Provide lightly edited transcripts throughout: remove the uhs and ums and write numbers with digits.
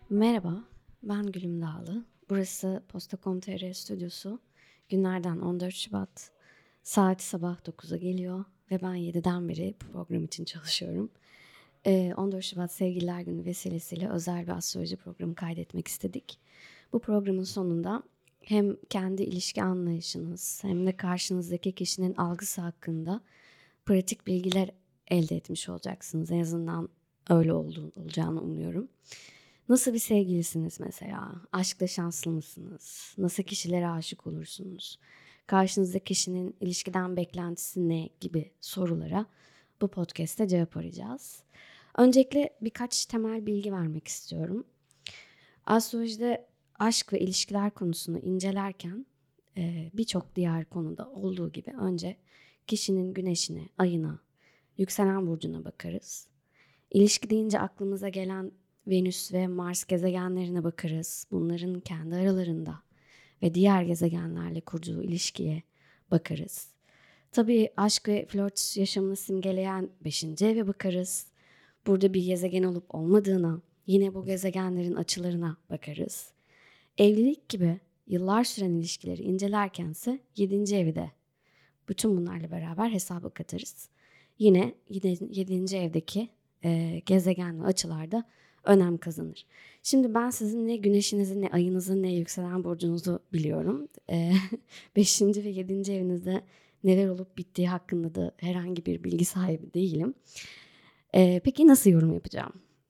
Merhaba, ben Gülüm Dağlı. Burası Posta.com.tr stüdyosu. Günlerden 14 Şubat. Saat sabah 9'a geliyor ve ben 7'den beri bu program için çalışıyorum. 14 Şubat Sevgililer Günü vesilesiyle özel bir astroloji programı kaydetmek istedik. Bu programın sonunda hem kendi ilişki anlayışınız hem de karşınızdaki kişinin algısı hakkında pratik bilgiler elde etmiş olacaksınız. En azından öyle olacağını umuyorum. Nasıl bir sevgilisiniz mesela? Aşkta şanslı mısınız? Nasıl kişilere aşık olursunuz? Karşınızdaki kişinin ilişkiden beklentisi ne gibi sorulara bu podcast'te cevap arayacağız. Öncelikle birkaç temel bilgi vermek istiyorum. Astrolojide aşk ve ilişkiler konusunu incelerken birçok diğer konuda olduğu gibi önce kişinin güneşine, ayına, yükselen burcuna bakarız. İlişki deyince aklımıza gelen Venüs ve Mars gezegenlerine bakarız. Bunların kendi aralarında ve diğer gezegenlerle kurduğu ilişkiye bakarız. Tabii aşk ve flört yaşamını simgeleyen 5. eve bakarız. Burada bir gezegen olup olmadığına, yine bu gezegenlerin açılarına bakarız. Evlilik gibi yıllar süren ilişkileri incelerkense 7. evi de bütün bunlarla beraber hesaba katarız. Yine 7. evdeki gezegen ve açılarda önem kazanır. Şimdi ben sizin ne güneşinizi, ne ayınızı, ne yükselen burcunuzu biliyorum. 5. ve 7. evinizde neler olup bittiği hakkında da herhangi bir bilgi sahibi değilim. Peki nasıl yorum yapacağım?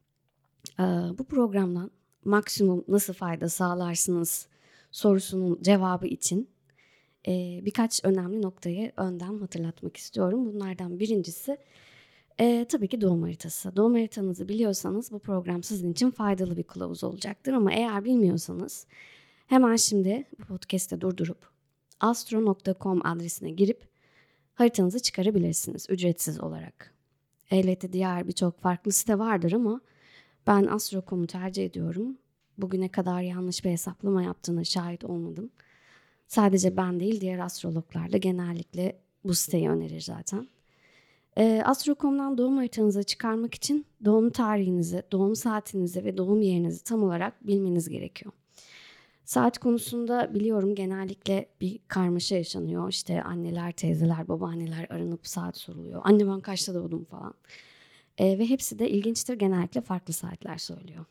Bu programdan maksimum nasıl fayda sağlarsınız sorusunun cevabı için birkaç önemli noktayı önden hatırlatmak istiyorum. Bunlardan birincisi tabii ki doğum haritası. Doğum haritanızı biliyorsanız bu program sizin için faydalı bir kılavuz olacaktır. Ama eğer bilmiyorsanız hemen şimdi bu podcast'te durdurup astro.com adresine girip haritanızı çıkarabilirsiniz ücretsiz olarak. Elbette diğer birçok farklı site vardır ama ben Astro.com'u tercih ediyorum. Bugüne kadar yanlış bir hesaplama yaptığına şahit olmadım. Sadece ben değil, diğer astrologlar da genellikle bu siteyi önerir zaten. Astro.com'dan doğum haritanızı çıkarmak için doğum tarihinizi, doğum saatinizi ve doğum yerinizi tam olarak bilmeniz gerekiyor. Saat konusunda biliyorum genellikle bir karmaşa yaşanıyor. İşte anneler, teyzeler, babaanneler aranıp saat soruluyor. Anne ben kaçta doğdum falan. Ve hepsi de ilginçtir, genellikle farklı saatler söylüyor.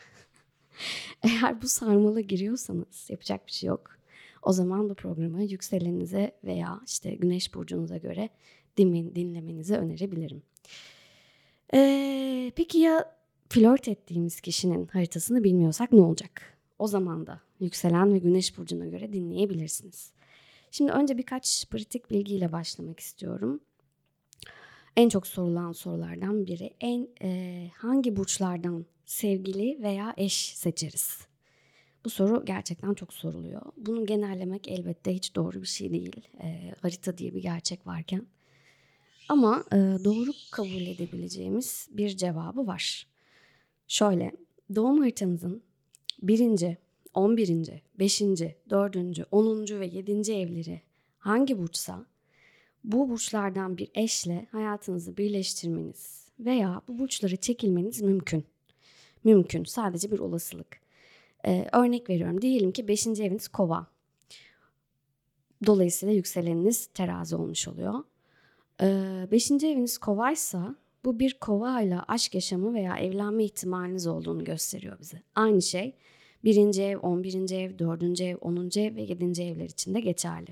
Eğer bu sarmala giriyorsanız yapacak bir şey yok. O zaman bu programı yükseleninize veya işte güneş burcunuza göre dinlemenizi önerebilirim. Peki ya flört ettiğimiz kişinin haritasını bilmiyorsak ne olacak? O zaman da yükselen ve güneş burcuna göre dinleyebilirsiniz. Şimdi önce birkaç pratik bilgiyle başlamak istiyorum. En çok sorulan sorulardan biri hangi burçlardan sevgili veya eş seçeriz? Bu soru gerçekten çok soruluyor. Bunu genellemek elbette hiç doğru bir şey değil. Harita diye bir gerçek varken. Ama doğru kabul edebileceğimiz bir cevabı var. Şöyle, doğum haritanızın 1., 11., 5., 4., 10. ve 7. evleri hangi burçsa bu burçlardan bir eşle hayatınızı birleştirmeniz veya bu burçları çekilmeniz mümkün. Mümkün, sadece bir olasılık. Örnek veriyorum, diyelim ki 5. eviniz Kova. Dolayısıyla yükseleniniz Terazi olmuş oluyor. 5. eviniz Kovaysa bu bir Kovayla aşk yaşamı veya evlenme ihtimaliniz olduğunu gösteriyor bize. Aynı şey 1. ev, 11. ev, 4. ev, 10. ev ve 7. evler için de geçerli.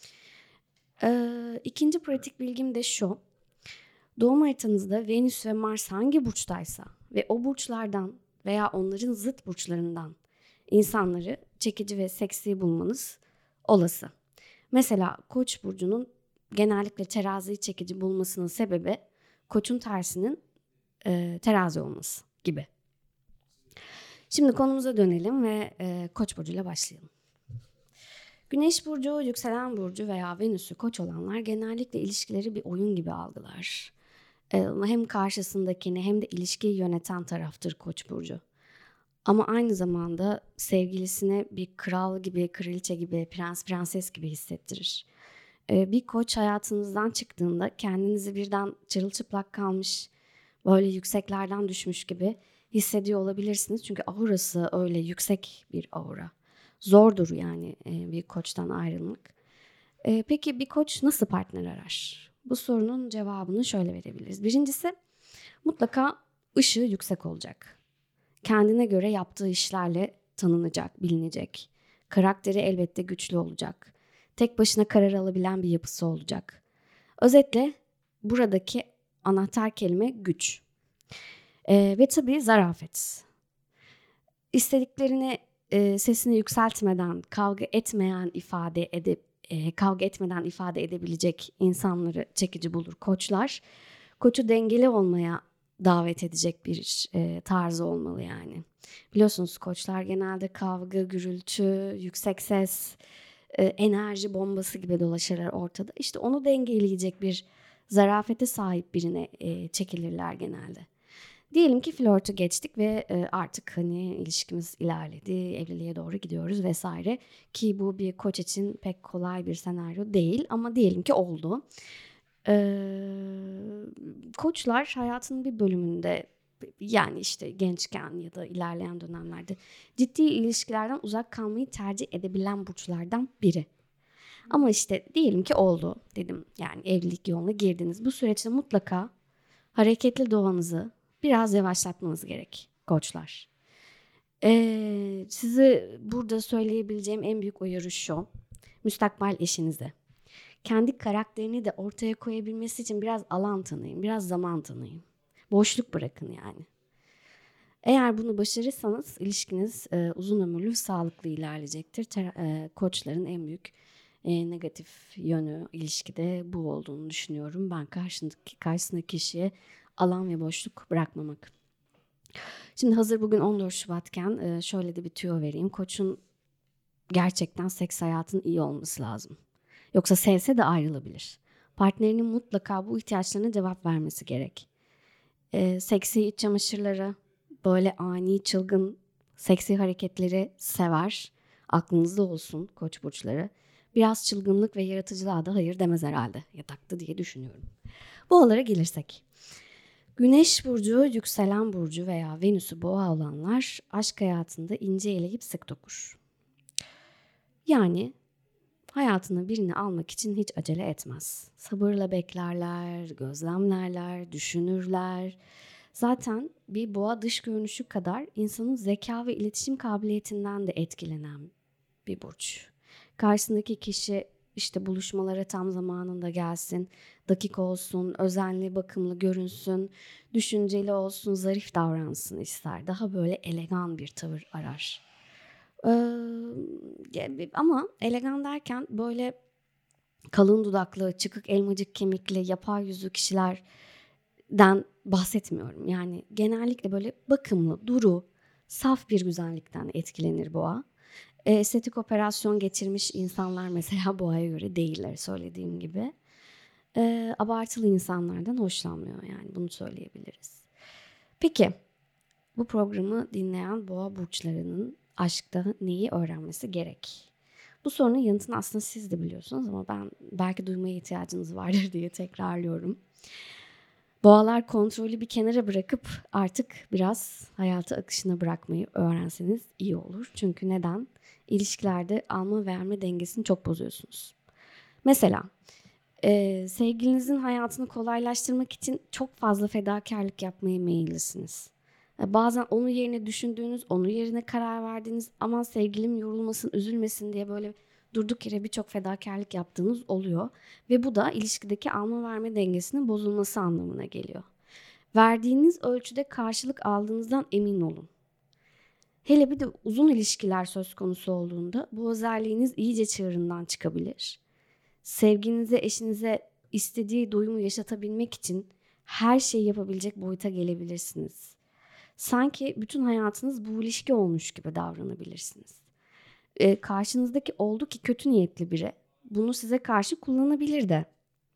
İkinci pratik bilgim de şu. Doğum haritanızda Venüs ve Mars hangi burçtaysa ve o burçlardan veya onların zıt burçlarından insanları çekici ve seksi bulmanız olası. Mesela Koç burcunun genellikle teraziyi çekici bulmasının sebebi Koç'un tersinin terazi olması gibi. Şimdi konumuza dönelim ve Koç burcuyla başlayalım. Güneş burcu, yükselen burcu veya Venüs'ü Koç olanlar genellikle ilişkileri bir oyun gibi algılar. Hem karşısındakini hem de ilişkiyi yöneten taraftır Koç burcu. Ama aynı zamanda sevgilisine bir kral gibi, kraliçe gibi, prens, prenses gibi hissettirir. Bir Koç hayatınızdan çıktığında kendinizi birden çırılçıplak kalmış, Böyle yükseklerden düşmüş gibi hissediyor olabilirsiniz. Çünkü aurası öyle yüksek bir aura. Zordur yani bir koçtan ayrılmak. Peki bir koç nasıl partner arar? Bu sorunun cevabını şöyle verebiliriz. Birincisi, mutlaka ışığı yüksek olacak. Kendine göre yaptığı işlerle tanınacak, bilinecek. Karakteri elbette güçlü olacak. Tek başına karar alabilen bir yapısı olacak. Özetle buradaki anahtar kelime güç. Ve tabii zarafet. İstediklerini sesini yükseltmeden, kavga etmeden ifade edebilecek insanları çekici bulur koçlar. Koçu dengeli olmaya davet edecek bir tarzı olmalı yani. Biliyorsunuz koçlar genelde kavga, gürültü, yüksek ses, enerji bombası gibi dolaşırlar ortada. İşte onu dengeleyecek bir zarafete sahip birine çekilirler genelde. Diyelim ki flörtü geçtik ve artık hani ilişkimiz ilerledi, evliliğe doğru gidiyoruz vesaire. Ki bu bir koç için pek kolay bir senaryo değil ama diyelim ki oldu. Koçlar hayatının bir bölümünde, yani işte gençken ya da ilerleyen dönemlerde ciddi ilişkilerden uzak kalmayı tercih edebilen burçlardan biri. Ama işte diyelim ki oldu dedim, yani evlilik yoluna girdiniz. Bu süreçte mutlaka hareketli doğanızı biraz yavaşlatmanız gerek koçlar. Size burada söyleyebileceğim en büyük uyarı şu: müstakbel eşinize kendi karakterini de ortaya koyabilmesi için biraz alan tanıyın, biraz zaman tanıyın. Boşluk bırakın yani. Eğer bunu başarırsanız ilişkiniz uzun ömürlü, sağlıklı ilerleyecektir. Koçların en büyük negatif yönü ilişkide bu olduğunu düşünüyorum. Ben karşısındaki kişiye alan ve boşluk bırakmamak. Şimdi hazır bugün 14 Şubat'ken şöyle de bir tüyo vereyim. Koçun gerçekten seks hayatının iyi olması lazım. Yoksa sevse de ayrılabilir. Partnerinin mutlaka bu ihtiyaçlarına cevap vermesi gerek. Seksi iç çamaşırları, böyle ani, çılgın, seksi hareketleri sever. Aklınızda olsun koç burçları. Biraz çılgınlık ve yaratıcılığa da hayır demez herhalde yatakta diye düşünüyorum. Boğalara gelirsek. Güneş burcu, yükselen burcu veya Venüs'ü boğa olanlar aşk hayatında ince eleyip sık dokur. Yani hayatına birini almak için hiç acele etmez. Sabırla beklerler, gözlemlerler, düşünürler. Zaten bir boğa dış görünüşü kadar insanın zeka ve iletişim kabiliyetinden de etkilenen bir burç. Karşısındaki kişi işte buluşmalara tam zamanında gelsin, dakik olsun, özenli, bakımlı görünsün, düşünceli olsun, zarif davransın ister. Daha böyle elegan bir tavır arar. Ama elegan derken böyle kalın dudaklı, çıkık elmacık kemikli, yapay yüzlü kişilerden bahsetmiyorum. Yani genellikle böyle bakımlı, duru, saf bir güzellikten etkilenir boğa. Estetik operasyon geçirmiş insanlar mesela boğaya göre değiller, söylediğim gibi. Abartılı insanlardan hoşlanmıyor, yani bunu söyleyebiliriz. Peki bu programı dinleyen boğa burçlarının aşkta neyi öğrenmesi gerek? Bu sorunun yanıtını aslında siz de biliyorsunuz ama ben belki duymaya ihtiyacınız vardır diye tekrarlıyorum. Boğalar kontrolü bir kenara bırakıp artık biraz hayatı akışına bırakmayı öğrenseniz iyi olur. Çünkü neden? İlişkilerde alma verme dengesini çok bozuyorsunuz. Mesela sevgilinizin hayatını kolaylaştırmak için çok fazla fedakarlık yapmaya meyillisiniz. Bazen onun yerine düşündüğünüz, onun yerine karar verdiğiniz, aman sevgilim yorulmasın, üzülmesin diye böyle durduk yere birçok fedakarlık yaptığınız oluyor. Ve bu da ilişkideki alma verme dengesinin bozulması anlamına geliyor. Verdiğiniz ölçüde karşılık aldığınızdan emin olun. Hele bir de uzun ilişkiler söz konusu olduğunda bu özelliğiniz iyice çığırından çıkabilir. Sevginize, eşinize istediği duyumu yaşatabilmek için her şeyi yapabilecek boyuta gelebilirsiniz. Sanki bütün hayatınız bu ilişki olmuş gibi davranabilirsiniz. Karşınızdaki oldu ki kötü niyetli biri bunu size karşı kullanabilir de.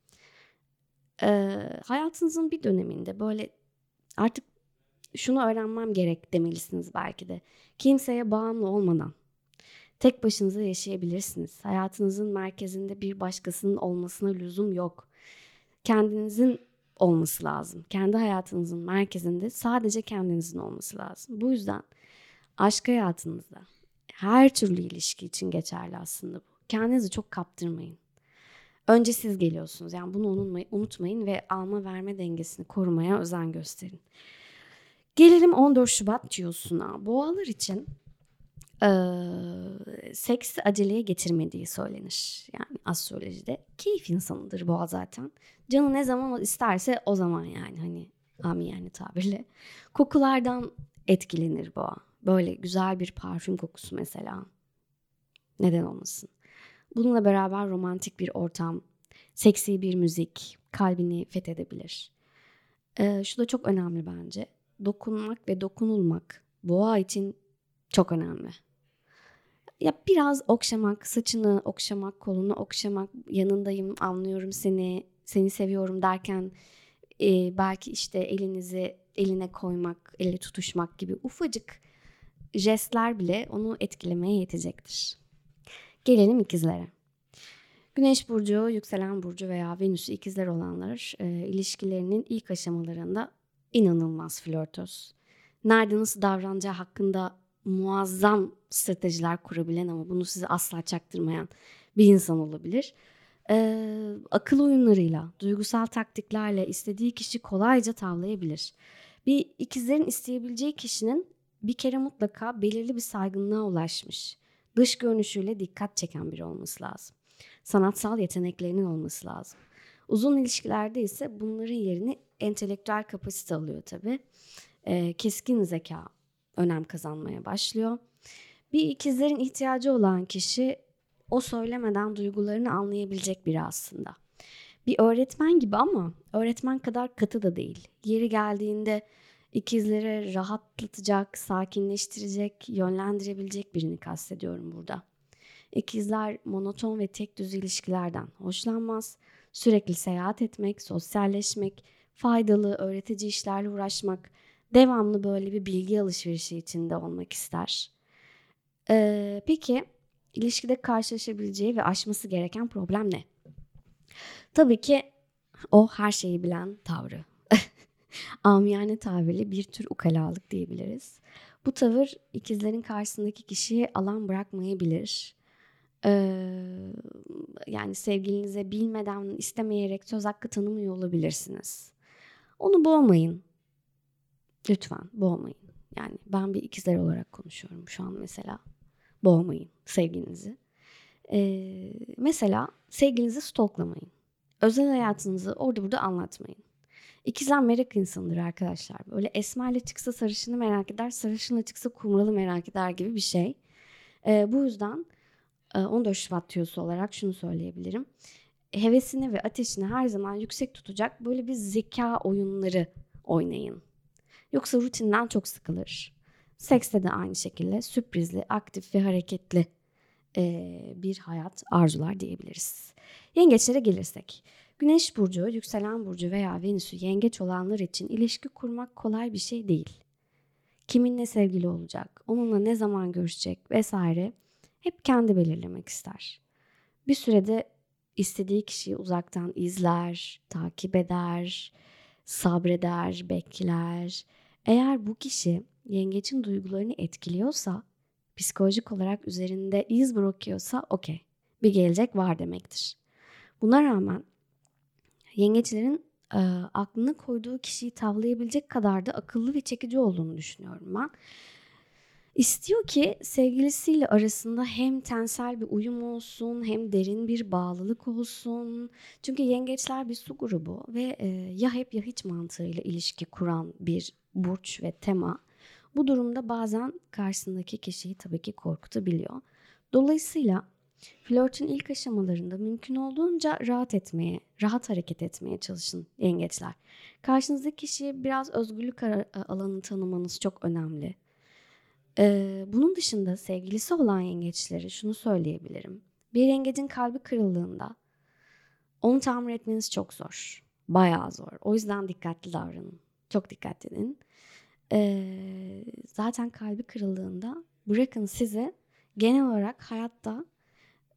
Hayatınızın bir döneminde böyle artık şunu öğrenmem gerek demelisiniz belki de. Kimseye bağımlı olmadan tek başınıza yaşayabilirsiniz. Hayatınızın merkezinde bir başkasının olmasına lüzum yok. Kendinizin olması lazım. Kendi hayatınızın merkezinde sadece kendinizin olması lazım. Bu yüzden aşk hayatınızda her türlü ilişki için geçerli aslında bu. Kendinizi çok kaptırmayın. Önce siz geliyorsunuz. Yani bunu unutmayın ve alma verme dengesini korumaya özen gösterin. Gelelim 14 Şubat tiyosuna. Boğalar için seks aceleye getirmediği söylenir. Yani astrolojide keyif insanıdır boğa zaten. Canı ne zaman isterse o zaman, yani hani amiyane tabirle. Kokulardan etkilenir boğa. Böyle güzel bir parfüm kokusu mesela. Neden olmasın? Bununla beraber romantik bir ortam, seksi bir müzik kalbini fethedebilir. Şu da çok önemli bence. Dokunmak ve dokunulmak boğa için çok önemli. Ya biraz okşamak, saçını okşamak, kolunu okşamak, yanındayım, anlıyorum seni seviyorum derken belki işte elinizi eline koymak, elle tutuşmak gibi ufacık jestler bile onu etkilemeye yetecektir. Gelelim ikizlere. Güneş burcu, yükselen burcu veya Venüs'ü ikizler olanlar ilişkilerinin ilk aşamalarında inanılmaz flörtöz. Nerede nasıl davranacağı hakkında muazzam stratejiler kurabilen ama bunu size asla çaktırmayan bir insan olabilir. Akıl oyunlarıyla, duygusal taktiklerle istediği kişi kolayca tavlayabilir. Bir ikizlerin isteyebileceği kişinin bir kere mutlaka belirli bir saygınlığa ulaşmış, dış görünüşüyle dikkat çeken biri olması lazım. Sanatsal yeteneklerinin olması lazım. Uzun ilişkilerde ise bunların yerini entelektüel kapasite alıyor tabii. Keskin zeka önem kazanmaya başlıyor. Bir ikizlerin ihtiyacı olan kişi o söylemeden duygularını anlayabilecek biri aslında. Bir öğretmen gibi ama öğretmen kadar katı da değil. Yeri geldiğinde ikizlere rahatlatacak, sakinleştirecek, yönlendirebilecek birini kastediyorum burada. İkizler monoton ve tek düz ilişkilerden hoşlanmaz. Sürekli seyahat etmek, sosyalleşmek, faydalı, öğretici işlerle uğraşmak, devamlı böyle bir bilgi alışverişi içinde olmak ister. Peki ilişkide karşılaşabileceği ve aşması gereken problem ne? Tabii ki o her şeyi bilen tavrı. Amiyane tabirle bir tür ukalalık diyebiliriz. Bu tavır ikizlerin karşısındaki kişiye alan bırakmayabilir. Yani sevgilinize bilmeden, istemeyerek söz hakkı tanımıyor olabilirsiniz. Onu boğmayın. Lütfen boğmayın. Yani ben bir ikizler olarak konuşuyorum şu an mesela. Boğmayın sevgilinizi. Mesela sevgilinizi stalklamayın. Özel hayatınızı orada burada anlatmayın. İkizler merak insanıdır arkadaşlar. Böyle esmerle çıksa sarışını merak eder, sarışınla çıksa kumralı merak eder gibi bir şey. Bu yüzden 14 Şubat tüyosu olarak şunu söyleyebilirim. Hevesini ve ateşini her zaman yüksek tutacak böyle bir zeka oyunları oynayın. Yoksa rutinden çok sıkılır. Sekste de aynı şekilde sürprizli, aktif ve hareketli bir hayat arzular diyebiliriz. Yengeçlere gelirsek. Güneş burcu, yükselen burcu veya Venüs'ü yengeç olanlar için ilişki kurmak kolay bir şey değil. Kiminle sevgili olacak, onunla ne zaman görüşecek vesaire hep kendi belirlemek ister. Bir sürede istediği kişiyi uzaktan izler, takip eder, sabreder, bekler. Eğer bu kişi yengecin duygularını etkiliyorsa, psikolojik olarak üzerinde iz bırakıyorsa okey, bir gelecek var demektir. Buna rağmen yengeçlerin aklına koyduğu kişiyi tavlayabilecek kadar da akıllı ve çekici olduğunu düşünüyorum ben. İstiyor ki sevgilisiyle arasında hem tensel bir uyum olsun hem derin bir bağlılık olsun. Çünkü yengeçler bir su grubu ve ya hep ya hiç mantığıyla ilişki kuran bir burç ve tema. Bu durumda bazen karşısındaki kişiyi tabii ki korkutabiliyor. Dolayısıyla flörtün ilk aşamalarında mümkün olduğunca rahat hareket etmeye çalışın yengeçler. Karşınızdaki kişiye biraz özgürlük alanı tanımanız çok önemli. Bunun dışında sevgilisi olan yengeçlere şunu söyleyebilirim. Bir yengecin kalbi kırıldığında onu tamir etmeniz çok zor. Bayağı zor. O yüzden dikkatli davranın. Çok dikkat edin. Zaten kalbi kırıldığında bırakın size genel olarak hayatta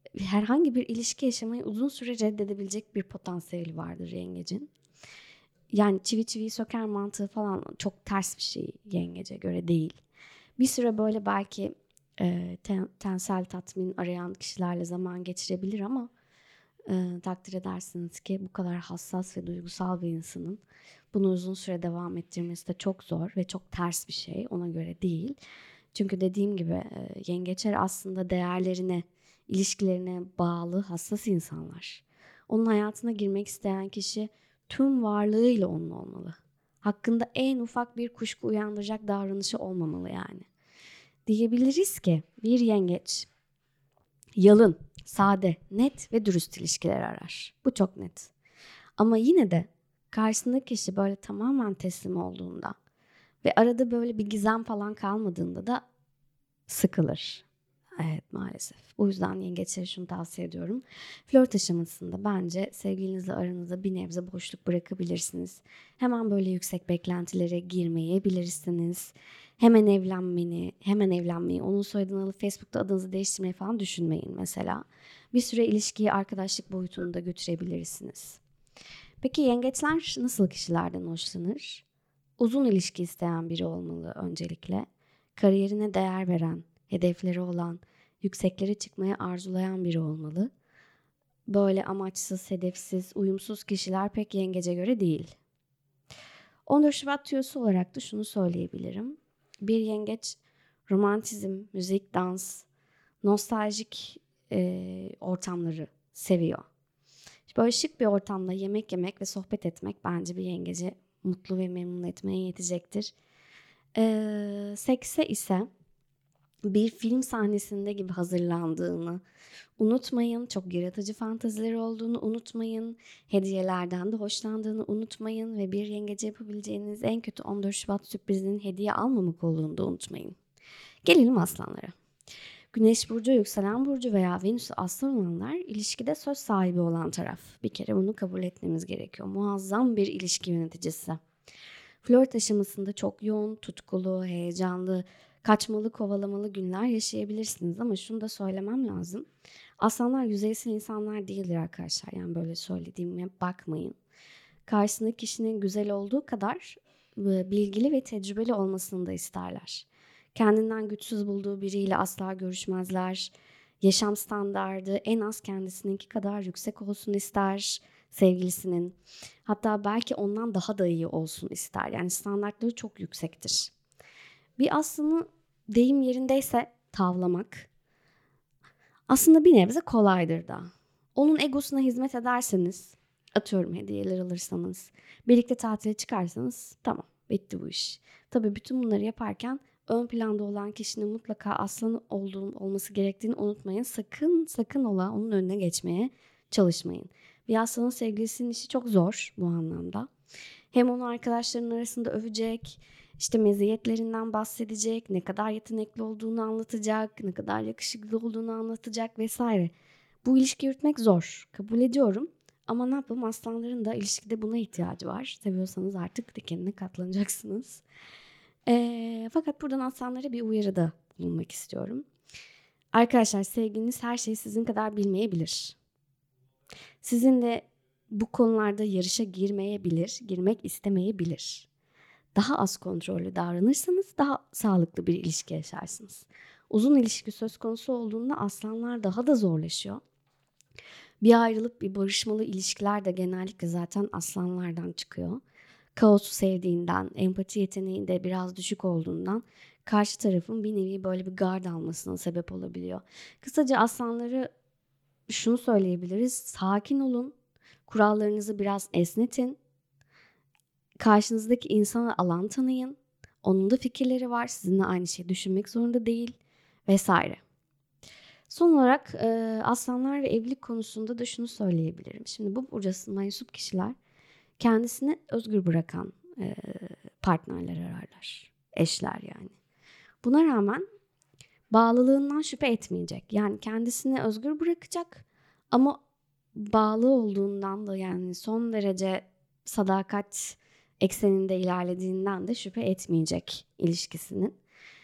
herhangi bir ilişki yaşamayı uzun süre reddedebilecek bir potansiyeli vardır yengecin. Yani çivi çiviyi söker mantığı falan çok ters bir şey, yengece göre değil. Bir süre böyle belki tensel tatmin arayan kişilerle zaman geçirebilir ama takdir edersiniz ki bu kadar hassas ve duygusal bir insanın bunu uzun süre devam ettirmesi de çok zor ve çok ters bir şey, ona göre değil. Çünkü dediğim gibi yengeçler aslında değerlerine, ilişkilerine bağlı hassas insanlar. Onun hayatına girmek isteyen kişi tüm varlığıyla onun olmalı. Hakkında en ufak bir kuşku uyandıracak davranışı olmamalı yani. Diyebiliriz ki bir yengeç yalın, sade, net ve dürüst ilişkiler arar. Bu çok net. Ama yine de karşısındaki kişi böyle tamamen teslim olduğunda ve arada böyle bir gizem falan kalmadığında da sıkılır. Evet, maalesef. Bu yüzden yengeçlere şunu tavsiye ediyorum. Flört aşamasında bence sevgilinizle aranızda bir nebze boşluk bırakabilirsiniz. Hemen böyle yüksek beklentilere girmeyebilirsiniz. Hemen evlenmeyi, onun soyadını alıp Facebook'ta adınızı değiştirmeyi falan düşünmeyin mesela. Bir süre ilişkiyi arkadaşlık boyutunda götürebilirsiniz. Peki yengeçler nasıl kişilerden hoşlanır? Uzun ilişki isteyen biri olmalı öncelikle. Kariyerine değer veren, hedefleri olan, yükseklere çıkmayı arzulayan biri olmalı. Böyle amaçsız, hedefsiz, uyumsuz kişiler pek yengece göre değil. 14 Şubat tüyosu olarak da şunu söyleyebilirim. Bir yengeç romantizm, müzik, dans, nostaljik ortamları seviyor. Böyle şık bir ortamda yemek yemek ve sohbet etmek bence bir yengeci mutlu ve memnun etmeye yetecektir. Sekse ise bir film sahnesinde gibi hazırlandığını unutmayın. Çok yaratıcı fantazileri olduğunu unutmayın. Hediyelerden de hoşlandığını unutmayın. Ve bir yengece yapabileceğiniz en kötü 14 Şubat sürprizinin hediye almamak olduğunu da unutmayın. Gelelim aslanlara. Güneş burcu, yükselen burcu veya Venüs'ü aslan olanlar ilişkide söz sahibi olan taraf. Bir kere bunu kabul etmemiz gerekiyor. Muazzam bir ilişki yöneticisi. Flört aşamasında çok yoğun, tutkulu, heyecanlı, kaçmalı, kovalamalı günler yaşayabilirsiniz ama şunu da söylemem lazım. Aslanlar yüzeysel insanlar değildir arkadaşlar. Yani böyle söylediğime bakmayın. Karşısındaki kişinin güzel olduğu kadar bilgili ve tecrübeli olmasını da isterler. Kendinden güçsüz bulduğu biriyle asla görüşmezler. Yaşam standardı en az kendisininki kadar yüksek olsun ister sevgilisinin. Hatta belki ondan daha da iyi olsun ister. Yani standartları çok yüksektir. Bir aslanı deyim yerindeyse tavlamak aslında bir nebze kolaydır da. Onun egosuna hizmet ederseniz, atıyorum hediyeler alırsanız, birlikte tatile çıkarsanız tamam, bitti bu iş. Tabii bütün bunları yaparken ön planda olan kişinin mutlaka aslan olması gerektiğini unutmayın. Sakın ola onun önüne geçmeye çalışmayın. Bir aslanın sevgilisinin işi çok zor bu anlamda. Hem onu arkadaşlarının arasında övecek, işte meziyetlerinden bahsedecek, ne kadar yetenekli olduğunu anlatacak, ne kadar yakışıklı olduğunu anlatacak vesaire. Bu ilişki yürütmek zor, kabul ediyorum. Ama ne yapalım, aslanların da ilişkide buna ihtiyacı var. Seviyorsanız artık dikenine katlanacaksınız. Fakat buradan aslanlara bir uyarıda bulunmak istiyorum. Arkadaşlar, sevgiliniz her şeyi sizin kadar bilmeyebilir. Sizinle bu konularda yarışa girmek istemeyebilir. Daha az kontrollü davranırsanız daha sağlıklı bir ilişki yaşarsınız. Uzun ilişki söz konusu olduğunda aslanlar daha da zorlaşıyor. Bir ayrılıp bir barışmalı ilişkiler de genellikle zaten aslanlardan çıkıyor. Kaosu sevdiğinden, empati yeteneği de biraz düşük olduğundan karşı tarafın bir nevi böyle bir gard almasına sebep olabiliyor. Kısaca aslanları şunu söyleyebiliriz: sakin olun, kurallarınızı biraz esnetin, karşınızdaki insana alan tanıyın, onun da fikirleri var, sizinle aynı şeyi düşünmek zorunda değil vesaire. Son olarak aslanlar ve evlilik konusunda da şunu söyleyebilirim. Şimdi bu burca mensup kişiler kendisini özgür bırakan partnerler ararlar, eşler yani. Buna rağmen bağlılığından şüphe etmeyecek. Yani kendisini özgür bırakacak ama bağlı olduğundan da, yani son derece sadakat ekseninde ilerlediğinden de şüphe etmeyecek ilişkisinin.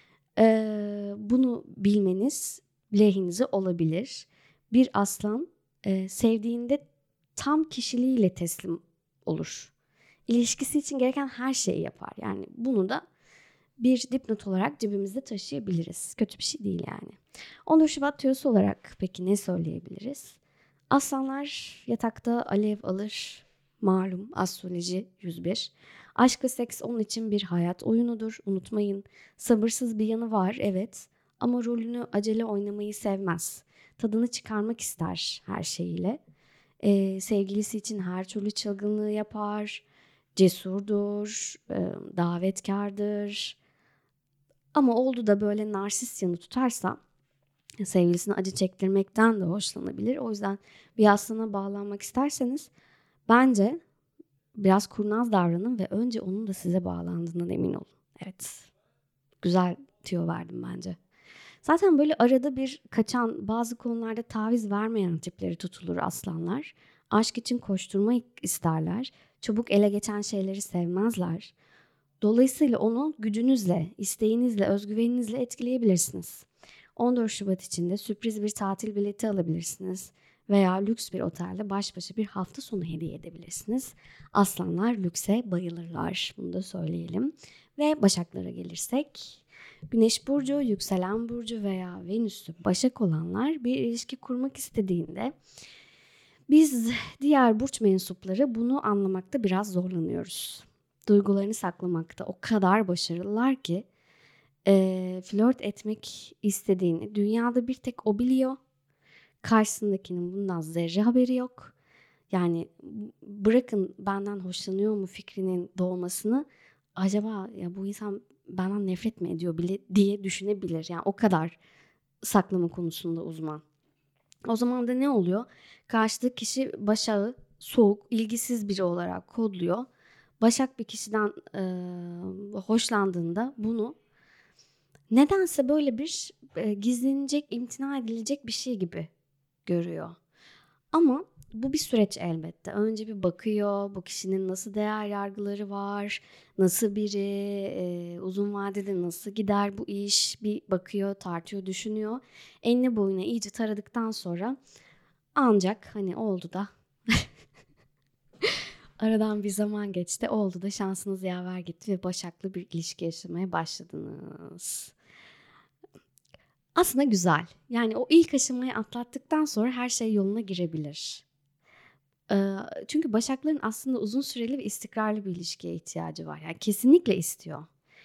Bunu bilmeniz lehinize olabilir. Bir aslan sevdiğinde tam kişiliğiyle teslim olur. İlişkisi için gereken her şeyi yapar. Yani bunu da bir dipnot olarak cebimizde taşıyabiliriz. Kötü bir şey değil yani. 14 Şubat tüyosu olarak peki ne söyleyebiliriz? Aslanlar yatakta alev alır. Malum astroloji 101. Aşk ve seks onun için bir hayat oyunudur. Unutmayın. Sabırsız bir yanı var, evet. Ama rolünü acele oynamayı sevmez. Tadını çıkarmak ister her şeyiyle. Sevgilisi için her türlü çılgınlığı yapar. Cesurdur, davetkardır. Ama oldu da böyle narsist yanı tutarsa sevgilisine acı çektirmekten de hoşlanabilir. O yüzden bir aslana bağlanmak isterseniz bence biraz kurnaz davranın ve önce onun da size bağlandığından emin olun. Evet, güzel tüyo verdim bence. Zaten böyle arada bir kaçan, bazı konularda taviz vermeyen tipleri tutulur aslanlar. Aşk için koşturmak isterler. Çabuk ele geçen şeyleri sevmezler. Dolayısıyla onu gücünüzle, isteğinizle, özgüveninizle etkileyebilirsiniz. 14 Şubat için de sürpriz bir tatil bileti alabilirsiniz veya lüks bir otelde baş başa bir hafta sonu hediye edebilirsiniz. Aslanlar lükse bayılırlar, bunu da söyleyelim. Ve Başaklara gelirsek, Güneş burcu, yükselen burcu veya Venüs'ü Başak olanlar bir ilişki kurmak istediğinde biz diğer burç mensupları bunu anlamakta biraz zorlanıyoruz. Duygularını saklamakta o kadar başarılılar ki flört etmek istediğini dünyada bir tek o biliyor. Karşısındakinin bundan zerre haberi yok. Yani bırakın benden hoşlanıyor mu fikrinin doğmasını, acaba ya bu insan benden nefret mi ediyor bile diye düşünebilir. Yani o kadar saklama konusunda uzman. O zaman da ne oluyor? Karşıdaki kişi Başak'ı soğuk, ilgisiz biri olarak kodluyor. Başak bir kişiden hoşlandığında bunu nedense böyle bir gizlenecek, imtina edilecek bir şey gibi görüyor. Ama bu bir süreç elbette. Önce bir bakıyor, bu kişinin nasıl değer yargıları var, nasıl biri, uzun vadede nasıl gider bu iş, bir bakıyor, tartıyor, düşünüyor. Enine boyuna iyice taradıktan sonra ancak hani oldu da aradan bir zaman geçti, oldu da şansınız yaver gitti ve Başak'la bir ilişki yaşamaya başladınız. Aslında güzel. Yani o ilk aşamayı atlattıktan sonra her şey yoluna girebilir. Çünkü Başakların aslında uzun süreli ve istikrarlı bir ilişkiye ihtiyacı var. Yani kesinlikle istiyor.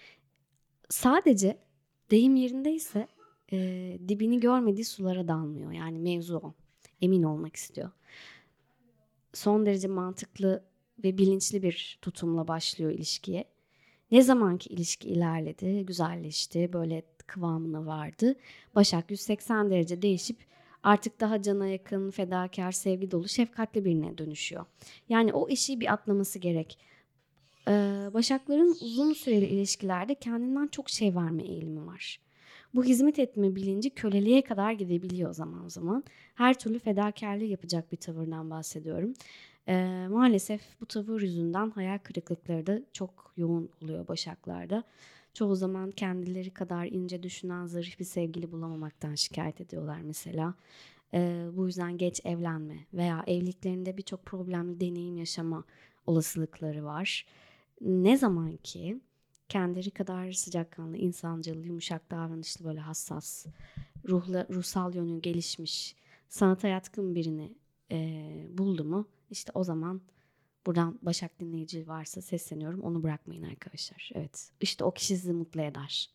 Sadece deyim yerindeyse dibini görmediği sulara dalmıyor. Yani mevzu o. Emin olmak istiyor. Son derece mantıklı ve bilinçli bir tutumla başlıyor ilişkiye. Ne zamanki ilişki ilerledi, güzelleşti, böyle kıvamına vardı, Başak 180 derece değişip artık daha cana yakın, fedakar, sevgi dolu, şefkatli birine dönüşüyor. Yani o eşiği bir atlaması gerek. Başakların uzun süreli ilişkilerde kendinden çok şey verme eğilimi var. Bu hizmet etme bilinci köleliğe kadar gidebiliyor zaman zaman. Her türlü fedakarlığı yapacak bir tavırdan bahsediyorum. Maalesef bu tavır yüzünden hayal kırıklıkları da çok yoğun oluyor Başaklarda. Çoğu zaman kendileri kadar ince düşünen zarif bir sevgili bulamamaktan şikayet ediyorlar mesela. Bu yüzden geç evlenme veya evliliklerinde birçok problemli deneyim yaşama olasılıkları var. Ne zaman ki kendileri kadar sıcakkanlı, insancıl, yumuşak davranışlı, böyle hassas, ruhsal yönü gelişmiş, sanata yatkın birini buldu mu, işte o zaman buradan Başak dinleyici varsa sesleniyorum, onu bırakmayın arkadaşlar. Evet, işte o kişi sizi mutlu eder.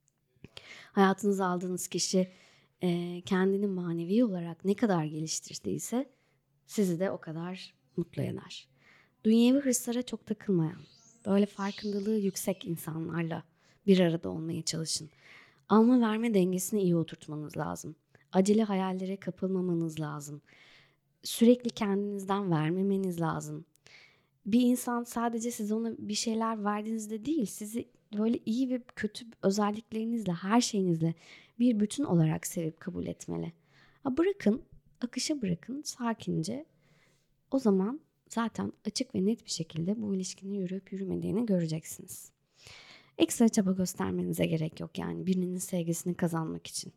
Hayatınıza aldığınız kişi kendini manevi olarak ne kadar geliştirdiyse sizi de o kadar mutlu eder. Dünyevi hırslara çok takılmayan, böyle farkındalığı yüksek insanlarla bir arada olmaya çalışın. Alma verme dengesini iyi oturtmanız lazım. Acele hayallere kapılmamanız lazım. Sürekli kendinizden vermemeniz lazım. Bir insan sadece siz ona bir şeyler verdiğinizde değil, sizi böyle iyi ve kötü özelliklerinizle, her şeyinizle bir bütün olarak sevip kabul etmeli. Bırakın, akışa bırakın sakince. O zaman zaten açık ve net bir şekilde bu ilişkinin yürüyüp yürümediğini göreceksiniz. Ekstra çaba göstermenize gerek yok yani birinin sevgisini kazanmak için.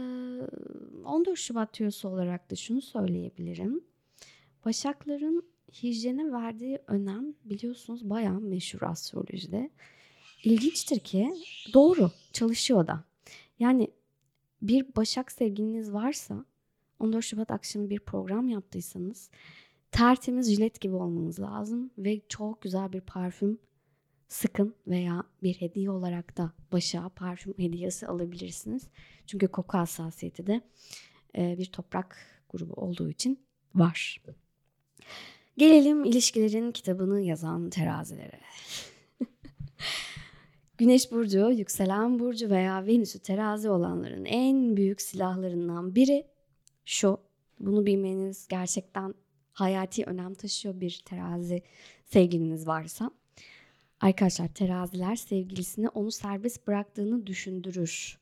14 Şubat tüyosu olarak da şunu söyleyebilirim. Başakların hijyene verdiği önem biliyorsunuz bayağı meşhur astrolojide. İlginçtir ki doğru, çalışıyor da. Yani bir Başak sevgiliniz varsa 14 Şubat akşamı bir program yaptıysanız tertemiz jilet gibi olmanız lazım ve çok güzel bir parfüm sıkın veya bir hediye olarak da Başak'a parfüm hediyesi alabilirsiniz. Çünkü koku hassasiyeti de bir toprak grubu olduğu için var. Gelelim ilişkilerin kitabını yazan terazilere. Güneş burcu, yükselen burcu veya Venüs'ü terazi olanların en büyük silahlarından biri şu. Bunu bilmeniz gerçekten hayati önem taşıyor bir terazi sevgiliniz varsa. Arkadaşlar, teraziler sevgilisine onu serbest bıraktığını düşündürür.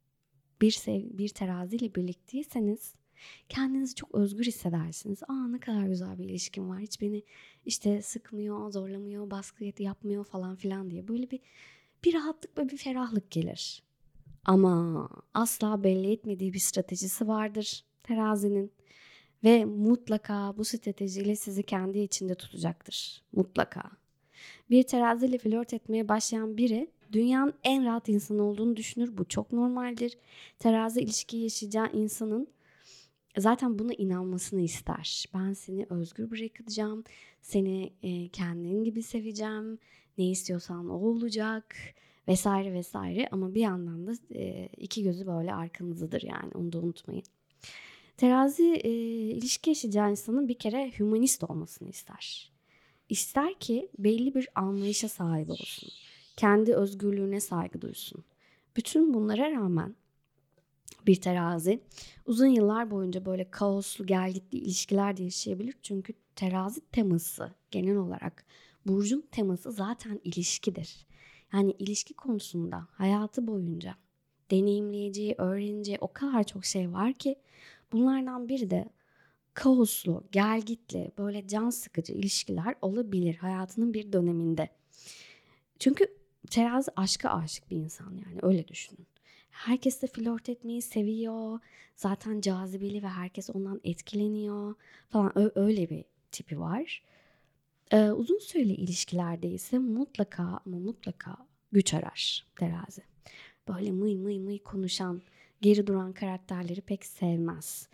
Bir teraziyle birlikteyseniz kendinizi çok özgür hissedersiniz. Ne kadar güzel bir ilişkim var. Hiç beni işte sıkmıyor, zorlamıyor, baskı yapmıyor falan filan diye. Böyle bir rahatlık ve bir ferahlık gelir. Ama asla belli etmediği bir stratejisi vardır terazinin. Ve mutlaka bu stratejiyle sizi kendi içinde tutacaktır. Mutlaka. Bir teraziyle flört etmeye başlayan biri dünyanın en rahat insanı olduğunu düşünür. Bu çok normaldir. Terazi ilişkiyi yaşayacağı insanın zaten buna inanmasını ister. Ben seni özgür bırakacağım. Seni kendin gibi seveceğim. Ne istiyorsan o olacak. Vesaire vesaire. Ama bir yandan da iki gözü böyle arkanızdadır yani. Onu da unutmayın. Terazi ilişki yaşayacağı insanın bir kere hümanist olmasını ister. İster ki belli bir anlayışa sahip olsun. Kendi özgürlüğüne saygı duysun. Bütün bunlara rağmen bir terazi uzun yıllar boyunca böyle kaoslu, gelgitli ilişkiler de yaşayabilir. Çünkü terazi teması genel olarak burcun teması zaten ilişkidir. Yani ilişki konusunda hayatı boyunca deneyimleyeceği, öğreneceği o kadar çok şey var ki bunlardan biri de kaoslu, gelgitli, böyle can sıkıcı ilişkiler olabilir hayatının bir döneminde. Çünkü terazi aşka aşık bir insan, yani öyle düşünün. Herkesle flört etmeyi seviyor. Zaten cazibeli ve herkes ondan etkileniyor falan, öyle bir tipi var. Uzun süreli ilişkilerde ise mutlaka ama mutlaka güç arar terazi. Böyle mıy mıy mıy konuşan, geri duran karakterleri pek sevmez.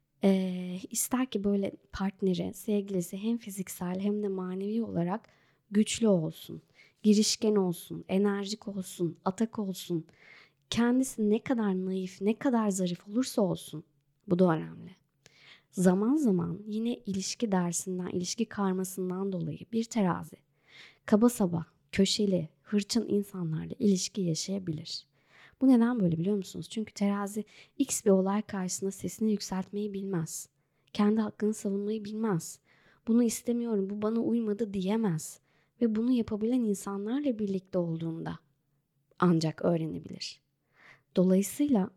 İster ki böyle partneri, sevgilisi hem fiziksel hem de manevi olarak güçlü olsun, girişken olsun, enerjik olsun, atak olsun. Kendisi ne kadar naif, ne kadar zarif olursa olsun, bu da önemli. Zaman zaman yine ilişki dersinden, ilişki karmasından dolayı bir terazi kaba saba, köşeli, hırçın insanlarla ilişki yaşayabilir. Bu neden böyle biliyor musunuz? Çünkü terazi X bir olay karşısında sesini yükseltmeyi bilmez. Kendi hakkını savunmayı bilmez. Bunu istemiyorum, bu bana uymadı diyemez. Ve bunu yapabilen insanlarla birlikte olduğunda ancak öğrenebilir. Dolayısıyla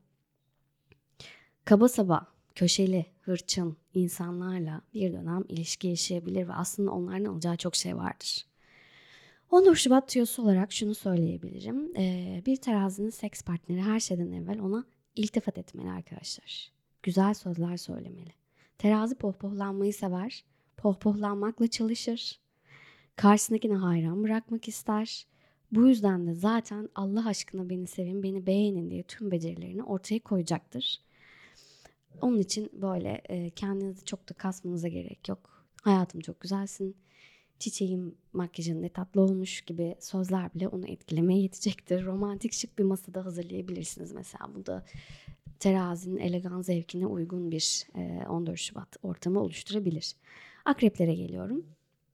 kaba saba, köşeli, hırçın insanlarla bir dönem ilişki yaşayabilir ve aslında onların alacağı çok şey vardır. 14 Şubat tüyosu olarak şunu söyleyebilirim. Bir terazinin seks partneri her şeyden evvel ona iltifat etmeli arkadaşlar. Güzel sözler söylemeli. Terazi pohpohlanmayı sever. Pohpohlanmakla çalışır. Karşısındakine hayran bırakmak ister. Bu yüzden de zaten Allah aşkına beni sevin, beni beğenin diye tüm becerilerini ortaya koyacaktır. Onun için böyle kendinizi çok da kasmanıza gerek yok. Hayatım çok güzelsin, çiçeğim makyajın ne tatlı olmuş gibi sözler bile onu etkilemeye yetecektir. Romantik şık bir masada hazırlayabilirsiniz mesela. Bu da terazinin elegan zevkine uygun bir 14 Şubat ortamı oluşturabilir. Akreplere geliyorum.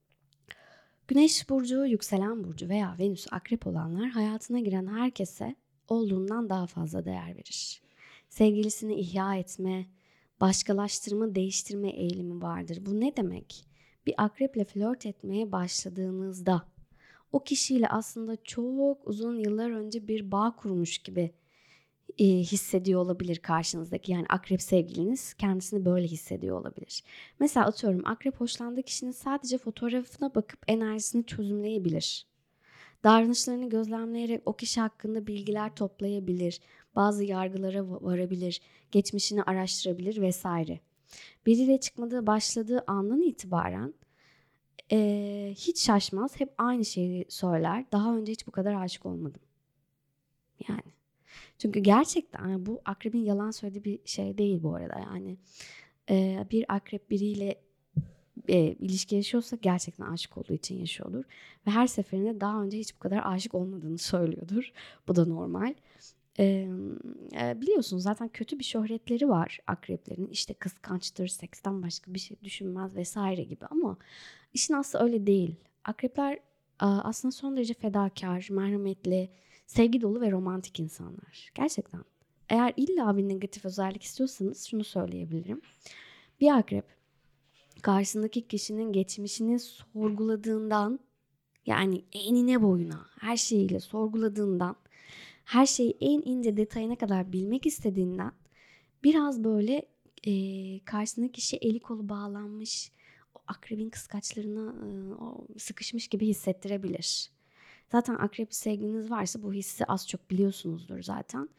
Güneş burcu, yükselen burcu veya Venüs akrep olanlar hayatına giren herkese olduğundan daha fazla değer verir. Sevgilisini ihya etme, başkalaştırma, değiştirme eğilimi vardır. Bu ne demek? Bir akreple flört etmeye başladığınızda o kişiyle aslında çok uzun yıllar önce bir bağ kurmuş gibi hissediyor olabilir karşınızdaki. Yani akrep sevgiliniz kendisini böyle hissediyor olabilir. Mesela atıyorum, akrep hoşlandığı kişinin sadece fotoğrafına bakıp enerjisini çözümleyebilir. Davranışlarını gözlemleyerek o kişi hakkında bilgiler toplayabilir. Bazı yargılara varabilir. Geçmişini araştırabilir vesaire. Biriyle çıkmada başladığı andan itibaren Hiç şaşmaz, hep aynı şeyi söyler. Daha önce hiç bu kadar aşık olmadım. Yani. Çünkü gerçekten bu akrebin yalan söylediği bir şey değil bu arada. Yani bir akrep biriyle ilişki yaşıyorsa gerçekten aşık olduğu için yaşıyordur. Ve her seferinde daha önce hiç bu kadar aşık olmadığını söylüyordur. Bu da normal. Biliyorsunuz zaten kötü bir şöhretleri var akreplerin. İşte kıskançtır, seksten başka bir şey düşünmez vesaire gibi. Ama işin aslı öyle değil. Akrepler aslında son derece fedakar, merhametli, sevgi dolu ve romantik insanlar. Gerçekten. Eğer illa bir negatif özellik istiyorsanız şunu söyleyebilirim. Bir akrep karşısındaki kişinin geçmişini sorguladığından, yani enine boyuna her şeyiyle sorguladığından, her şeyi en ince detayına kadar bilmek istediğinden biraz böyle karşısındaki kişi eli kolu bağlanmış, o akrebin kıskaçlarına sıkışmış gibi hissettirebilir. Zaten akrep sevginiz varsa bu hissi az çok biliyorsunuzdur zaten.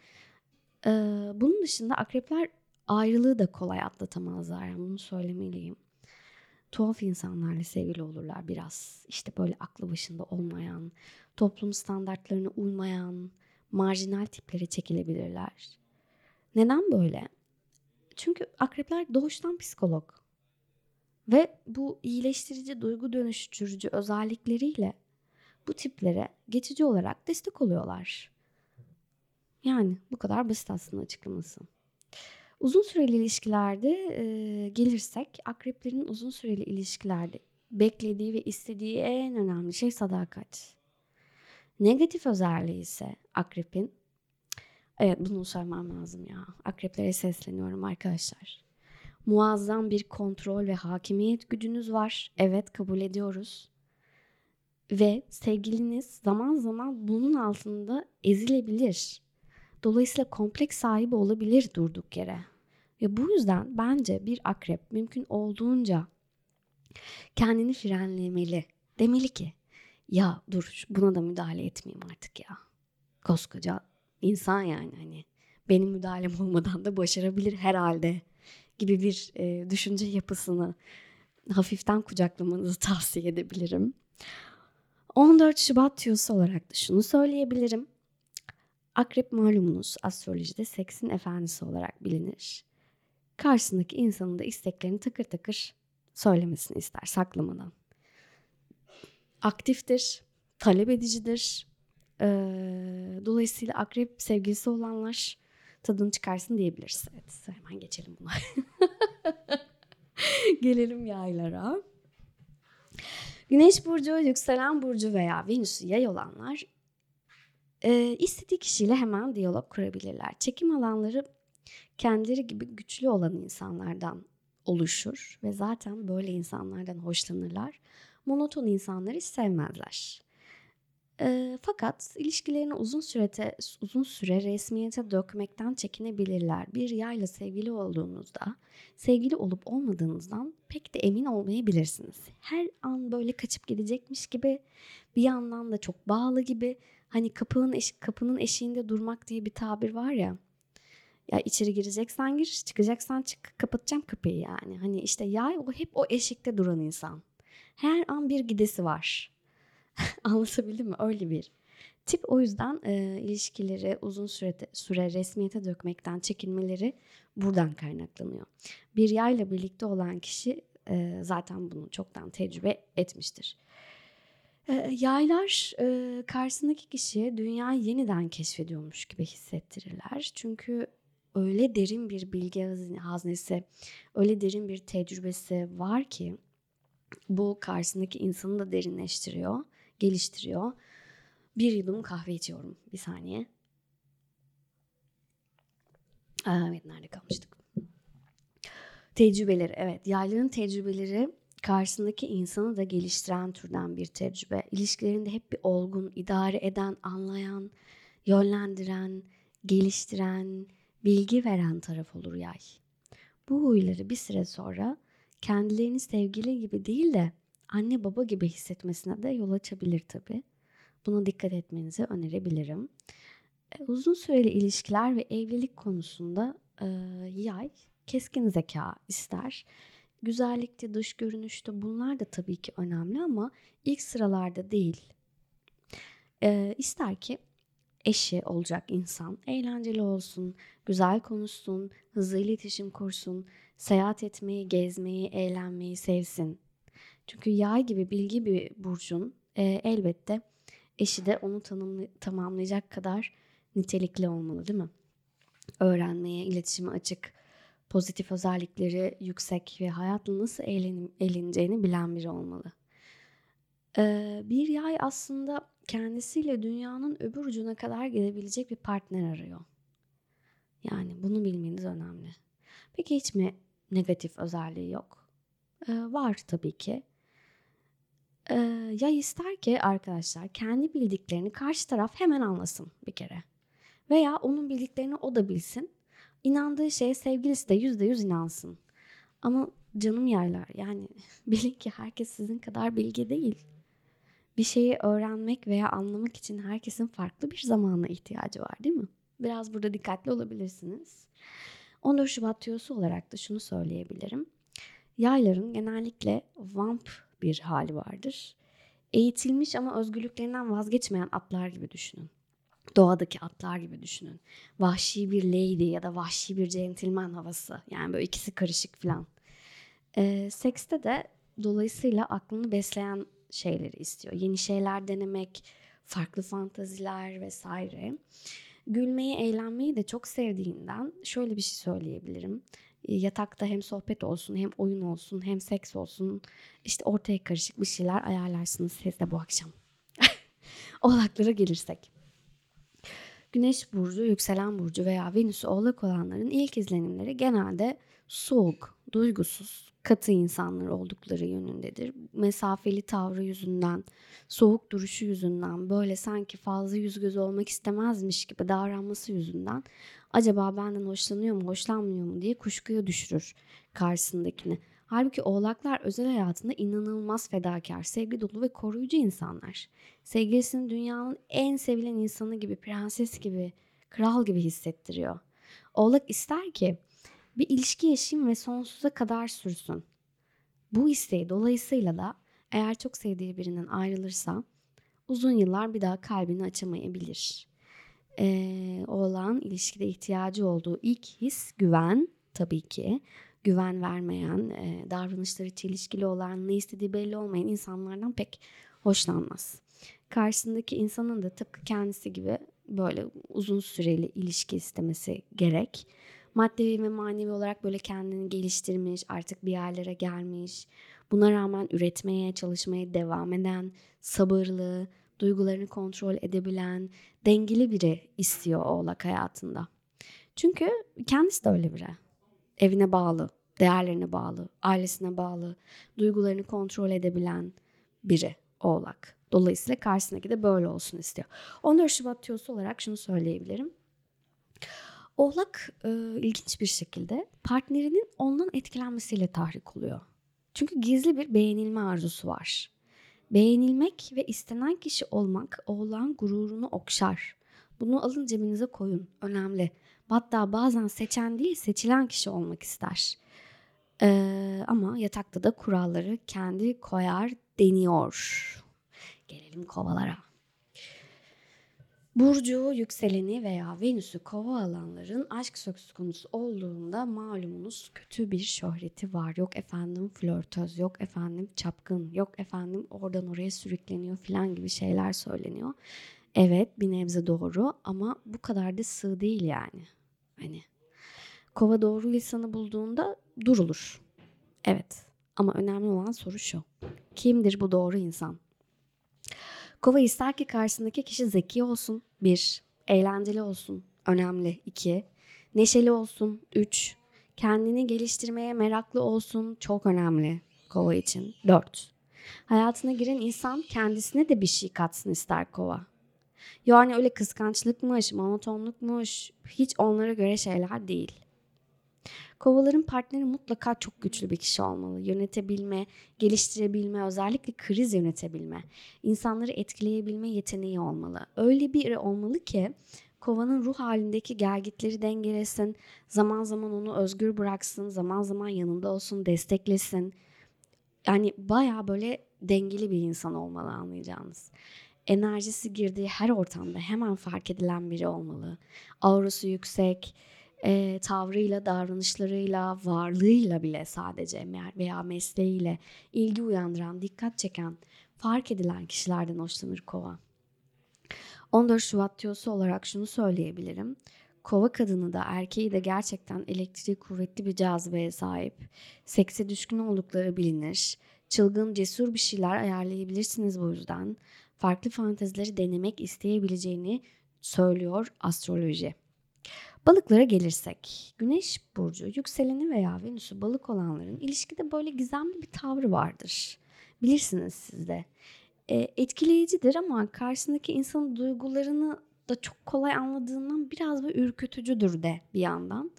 Bunun dışında akrepler ayrılığı da kolay atlatamazlar. Yani bunu söylemeliyim. Tuhaf insanlarla sevgili olurlar biraz. İşte böyle aklı başında olmayan, toplum standartlarına uymayan, marjinal tiplere çekilebilirler. Neden böyle? Çünkü akrepler doğuştan psikolog. Ve bu iyileştirici, duygu dönüştürücü özellikleriyle bu tiplere geçici olarak destek oluyorlar. Yani bu kadar basit aslında açıklaması. Uzun süreli ilişkilerde gelirsek, akreplerin uzun süreli ilişkilerde beklediği ve istediği en önemli şey sadakat. Negatif özelliği ise akrepin, evet bunu söylemem lazım ya. Akreplere sesleniyorum arkadaşlar. Muazzam bir kontrol ve hakimiyet gücünüz var. Evet, kabul ediyoruz. Ve sevgiliniz zaman zaman bunun altında ezilebilir. Dolayısıyla kompleks sahibi olabilir durduk yere. Ve bu yüzden bence bir akrep mümkün olduğunca kendini frenlemeli. Demeli ki ya dur, buna da müdahale etmeyeyim artık ya. Koskoca insan yani, hani benim müdahalem olmadan da başarabilir herhalde gibi bir düşünce yapısını hafiften kucaklamanızı tavsiye edebilirim. 14 Şubat tüyosu olarak da şunu söyleyebilirim. Akrep malumunuz astrolojide seksin efendisi olarak bilinir. Karşısındaki insanın da isteklerini takır takır söylemesini ister saklamadan. Aktiftir, talep edicidir. Dolayısıyla akrep sevgilisi olanlar tadını çıkarsın diyebiliriz. Evet, hemen geçelim buna. Gelelim yaylara. Güneş burcu, yükselen burcu veya Venüs'ü yay olanlar istediği kişiyle hemen diyalog kurabilirler. Çekim alanları kendileri gibi güçlü olan insanlardan oluşur ve zaten böyle insanlardan hoşlanırlar. Monoton insanları hiç sevmezler. Fakat ilişkilerini uzun süre resmiyete dökmekten çekinebilirler. Bir yayla sevgili olduğunuzda, sevgili olup olmadığınızdan pek de emin olmayabilirsiniz. Her an böyle kaçıp gidecekmiş gibi, bir yandan da çok bağlı gibi. Hani kapının eşiğinde durmak diye bir tabir var ya. Ya içeri gireceksen gir, çıkacaksan çık, kapatacağım kapıyı yani. Hani işte yay o hep o eşikte duran insan. Her an bir gidesi var. Anlatabildim mi? Öyle bir tip. O yüzden ilişkileri uzun süre resmiyete dökmekten çekinmeleri buradan kaynaklanıyor. Bir yayla birlikte olan kişi zaten bunu çoktan tecrübe etmiştir. Yaylar karşısındaki kişiye dünyayı yeniden keşfediyormuş gibi hissettirirler. Çünkü öyle derin bir bilgi haznesi, öyle derin bir tecrübesi var ki bu karşısındaki insanı da derinleştiriyor, geliştiriyor. Bir yudum kahve içiyorum. Bir saniye. Evet, nerede kalmıştık? Tecrübeleri, evet. Yayların tecrübeleri karşısındaki insanı da geliştiren türden bir tecrübe. İlişkilerinde hep bir olgun, idare eden, anlayan, yönlendiren, geliştiren, bilgi veren taraf olur yay. Bu huyları bir süre sonra kendilerini sevgili gibi değil de anne baba gibi hissetmesine de yol açabilir tabii. Buna dikkat etmenizi önerebilirim. Uzun süreli ilişkiler ve evlilik konusunda yay keskin zeka ister. güzellikte, dış görünüşte, bunlar da tabii ki önemli ama ilk sıralarda değil. İster ki eşi olacak insan eğlenceli olsun, güzel konuşsun, hızlı iletişim kursun, seyahat etmeyi, gezmeyi, eğlenmeyi sevsin. Çünkü yay gibi bilgi bir burcun elbette eşi de onu tamamlayacak kadar nitelikli olmalı, değil mi? Öğrenmeye, iletişime açık, pozitif özellikleri yüksek ve hayatla nasıl eğleneceğini bilen biri olmalı. Bir yay aslında kendisiyle dünyanın öbür ucuna kadar gidebilecek bir partner arıyor. Yani bunu bilmeniz önemli. Peki hiç mi negatif özelliği yok? Var tabii ki. Yay ister ki arkadaşlar kendi bildiklerini karşı taraf hemen anlasın bir kere. Veya onun bildiklerini o da bilsin. İnandığı şeye sevgilisi de %100 inansın. Ama canım yaylar, yani bilin ki herkes sizin kadar bilgi değil. Bir şeyi öğrenmek veya anlamak için herkesin farklı bir zamana ihtiyacı var, değil mi? Biraz burada dikkatli olabilirsiniz. 14 Şubat tüyosu olarak da şunu söyleyebilirim. Yayların genellikle vamp bir hali vardır. Eğitilmiş ama özgürlüklerinden vazgeçmeyen atlar gibi düşünün. Doğadaki atlar gibi düşünün. Vahşi bir lady ya da vahşi bir gentleman havası. Yani böyle ikisi karışık falan. Sekste de dolayısıyla aklını besleyen şeyleri istiyor. Yeni şeyler denemek, farklı fantaziler vesaire. Gülmeyi, eğlenmeyi de çok sevdiğinden şöyle bir şey söyleyebilirim. Yatakta hem sohbet olsun, hem oyun olsun, hem seks olsun. İşte ortaya karışık bir şeyler ayarlarsınız siz de bu akşam. Oğlaklara gelirsek. Güneş burcu, yükselen burcu veya Venüs'ü oğlak olanların ilk izlenimleri genelde soğuk, duygusuz, katı insanlar oldukları yönündedir. Mesafeli tavrı yüzünden, soğuk duruşu yüzünden, böyle sanki fazla yüz göz olmak istemezmiş gibi davranması yüzünden acaba benden hoşlanıyor mu, hoşlanmıyor mu diye kuşkuya düşürür karşısındakini. Halbuki oğlaklar özel hayatında inanılmaz fedakar, sevgi dolu ve koruyucu insanlar. Sevgilisini dünyanın en sevilen insanı gibi, prenses gibi, kral gibi hissettiriyor. Oğlak ister ki bir ilişki yaşayayım ve sonsuza kadar sürsün. Bu isteği dolayısıyla da eğer çok sevdiği birinden ayrılırsa uzun yıllar bir daha kalbini açamayabilir. Oğlağın ilişkide ihtiyacı olduğu ilk his güven tabii ki. Güven vermeyen, davranışları çelişkili olan, ne istediği belli olmayan insanlardan pek hoşlanmaz. Karşısındaki insanın da tıpkı kendisi gibi böyle uzun süreli ilişki istemesi gerek. Maddi ve manevi olarak böyle kendini geliştirmiş, artık bir yerlere gelmiş. Buna rağmen üretmeye, çalışmaya devam eden, sabırlı, duygularını kontrol edebilen, dengeli biri istiyor oğlak hayatında. Çünkü kendisi de öyle biri. Evine bağlı, değerlerine bağlı, ailesine bağlı, duygularını kontrol edebilen biri oğlak. Dolayısıyla karşısındaki de böyle olsun istiyor. 14 Şubat tüyosu olarak şunu söyleyebilirim. Oğlak ilginç bir şekilde partnerinin ondan etkilenmesiyle tahrik oluyor. Çünkü gizli bir beğenilme arzusu var. Beğenilmek ve istenen kişi olmak oğlağın gururunu okşar. Bunu alın cebinize koyun. Önemli. Hatta bazen seçen değil seçilen kişi olmak ister. Ama yatakta da kuralları kendi koyar deniyor. Gelelim kovalara. Burcu, yükseleni veya Venüs'ü kova alanların aşk söz konusu olduğunda malumunuz kötü bir şöhreti var. Yok efendim flörtöz, yok efendim çapkın, yok efendim oradan oraya sürükleniyor falan gibi şeyler söyleniyor. Evet bir nebze doğru ama bu kadar da sığ değil yani. Hani kova doğru insanı bulduğunda durulur. Evet ama önemli olan soru şu. Kimdir bu doğru insan? Kova ister ki karşısındaki kişi zeki olsun. 1. Eğlenceli olsun. Önemli. 2. Neşeli olsun. 3. Kendini geliştirmeye meraklı olsun. Çok önemli kova için. 4. Hayatına giren insan kendisine de bir şey katsın ister kova. Yani öyle kıskançlıkmış, monotonlukmuş hiç onlara göre şeyler değil. Kovaların partneri mutlaka çok güçlü bir kişi olmalı. Yönetebilme, geliştirebilme, özellikle kriz yönetebilme, insanları etkileyebilme yeteneği olmalı. Öyle biri olmalı ki kovanın ruh halindeki gelgitleri dengelesin. Zaman zaman onu özgür bıraksın. Zaman zaman yanında olsun, desteklesin. Yani bayağı böyle dengeli bir insan olmalı, anlayacağınız. Enerjisi girdiği her ortamda hemen fark edilen biri olmalı. Aurası yüksek, tavrıyla, davranışlarıyla, varlığıyla bile sadece veya mesleğiyle ilgi uyandıran, dikkat çeken, fark edilen kişilerden hoşlanır Kova. 14 Şubat tüyosu olarak şunu söyleyebilirim. Kova kadını da erkeği de gerçekten elektriği kuvvetli bir cazibeye sahip. Sekse düşkün oldukları bilinir. Çılgın, cesur bir şeyler ayarlayabilirsiniz bu yüzden. Farklı fantezileri denemek isteyebileceğini söylüyor astroloji. Balıklara gelirsek, Güneş burcu, yükseleni veya Venüs'ü balık olanların ilişkide böyle gizemli bir tavrı vardır. Bilirsiniz siz de. Etkileyicidir ama karşısındaki insanın duygularını da çok kolay anladığından biraz böyle ürkütücüdür de bir yandan.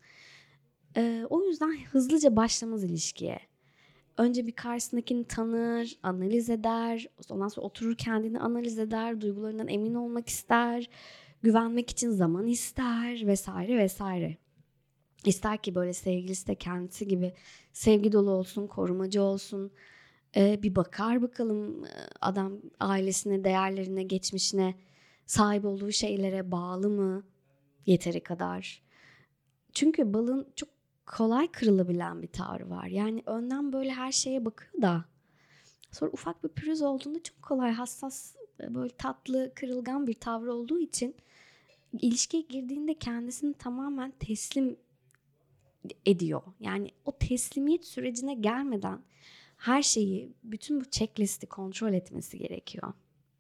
O yüzden hızlıca başlamaz ilişkiye. Önce bir karşısındakini tanır, analiz eder, ondan sonra oturur kendini analiz eder, duygularından emin olmak ister, güvenmek için zaman ister vesaire vesaire. İster ki böyle sevgilisi de kendisi gibi sevgi dolu olsun, korumacı olsun. Bir bakar bakalım adam ailesine, değerlerine, geçmişine, sahip olduğu şeylere bağlı mı yeteri kadar. Çünkü balığın çok kolay kırılabilen bir tavrı var. Yani önden böyle her şeye bakıyor da sonra ufak bir pürüz olduğunda çok kolay, hassas, böyle tatlı, kırılgan bir tavrı olduğu için ilişkiye girdiğinde kendisini tamamen teslim ediyor. Yani o teslimiyet sürecine gelmeden her şeyi, bütün bu checklisti kontrol etmesi gerekiyor.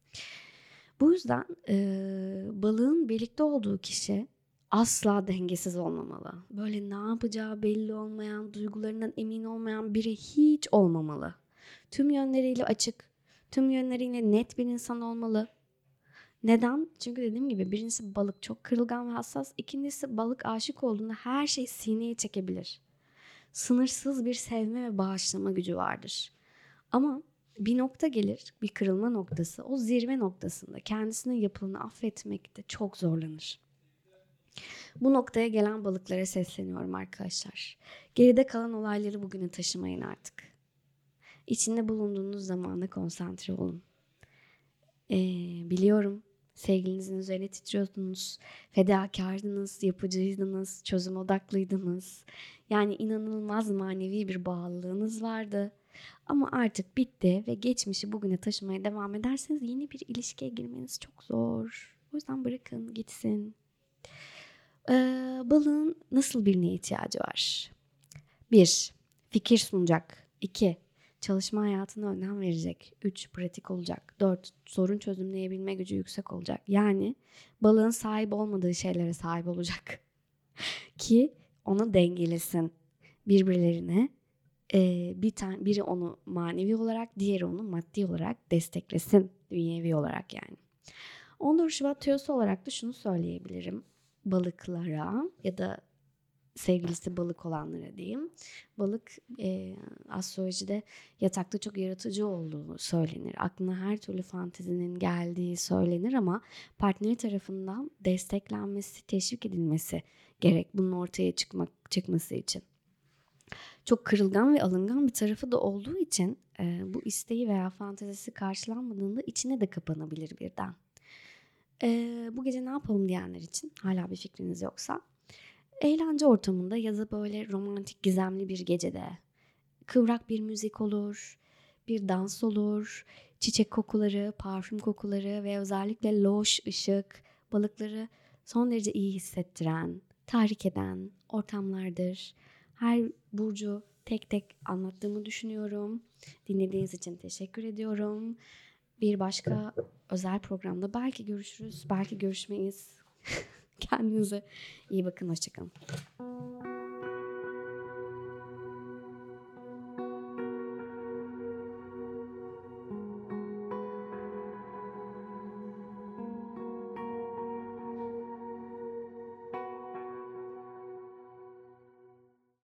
Bu yüzden balığın birlikte olduğu kişi asla dengesiz olmamalı. Böyle ne yapacağı belli olmayan, duygularından emin olmayan biri hiç olmamalı. Tüm yönleriyle açık, tüm yönleriyle net bir insan olmalı. Neden? Çünkü dediğim gibi birincisi balık çok kırılgan ve hassas. İkincisi balık aşık olduğunda her şey sineye çekebilir. Sınırsız bir sevme ve bağışlama gücü vardır. Ama bir nokta gelir, bir kırılma noktası. O zirve noktasında kendisine yapılanı affetmekte çok zorlanır. Bu noktaya gelen balıklara sesleniyorum arkadaşlar. Geride kalan olayları bugüne taşımayın artık. İçinde bulunduğunuz zamana konsantre olun. Biliyorum sevgilinizin üzerine titriyordunuz, fedakardınız, yapıcıydınız, çözüm odaklıydınız. Yani inanılmaz manevi bir bağlılığınız vardı. Ama artık bitti ve geçmişi bugüne taşımaya devam ederseniz yeni bir ilişkiye girmeniz çok zor. O yüzden bırakın gitsin. Balığın nasıl birine ihtiyacı var? 1. Fikir sunacak. 2. Çalışma hayatına önem verecek. 3. Pratik olacak. 4. Sorun çözümleyebilme gücü yüksek olacak. Yani balığın sahip olmadığı şeylere sahip olacak. Ki onu dengelesin. Birbirlerine biri onu manevi olarak, diğeri onu maddi olarak desteklesin. Dünyevi olarak yani. 14 Şubat tüyosu olarak da şunu söyleyebilirim. Balıklara ya da sevgilisi balık olanlara diyeyim. Balık astrolojide yatakta çok yaratıcı olduğu söylenir. Aklına her türlü fantezinin geldiği söylenir ama partneri tarafından desteklenmesi, teşvik edilmesi gerek bunun ortaya çıkması için. Çok kırılgan ve alıngan bir tarafı da olduğu için bu isteği veya fantezisi karşılanmadığında içine de kapanabilir birden. Bu gece ne yapalım diyenler için hala bir fikriniz yoksa eğlence ortamında ya da böyle romantik gizemli bir gecede kıvrak bir müzik olur, bir dans olur, çiçek kokuları, parfüm kokuları ve özellikle loş ışık balıkları son derece iyi hissettiren, tahrik eden ortamlardır. Her burcu tek tek anlattığımı düşünüyorum. Dinlediğiniz için teşekkür ediyorum. Bir başka özel programda belki görüşürüz, belki görüşmeyiz. Kendinize iyi bakın, hoşça kalın.